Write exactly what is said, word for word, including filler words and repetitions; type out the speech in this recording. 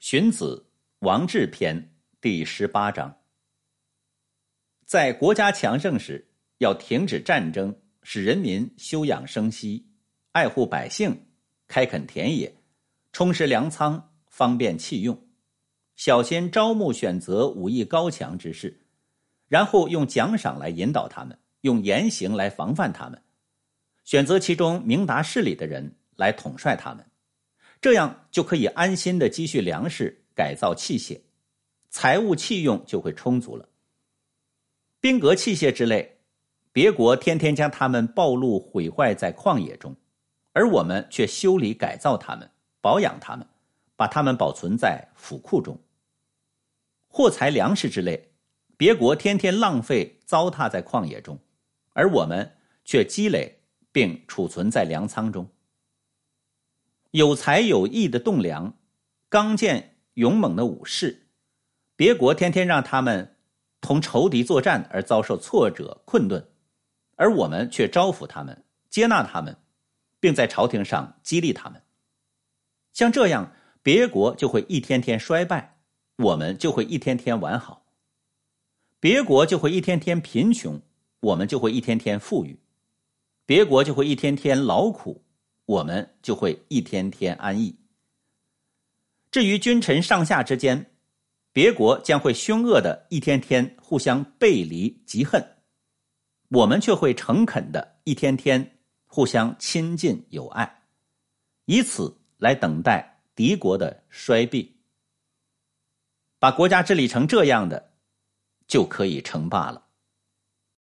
荀子·王志篇第十八章。在国家强盛时，要停止战争，使人民休养生息，爱护百姓，开垦田野，充实粮仓，方便器用，小心招募选择武艺高强之士，然后用奖赏来引导他们，用严刑来防范他们，选择其中明达事理的人来统帅他们，这样就可以安心地积蓄粮食，改造器械，财物器用就会充足了。兵革器械之类，别国天天将它们暴露毁坏在旷野中，而我们却修理改造它们，保养它们，把它们保存在府库中。货财粮食之类，别国天天浪费糟蹋在旷野中，而我们却积累并储存在粮仓中。有才有艺的栋梁，刚健勇猛的武士，别国天天让他们同仇敌作战而遭受挫折困顿，而我们却招抚他们，接纳他们，并在朝廷上激励他们。像这样，别国就会一天天衰败，我们就会一天天完好。别国就会一天天贫穷，我们就会一天天富裕。别国就会一天天劳苦，我们就会一天天安逸。至于君臣上下之间，别国将会凶恶的一天天互相背离嫉恨，我们却会诚恳的一天天互相亲近友爱，以此来等待敌国的衰弊。把国家治理成这样的，就可以称霸了。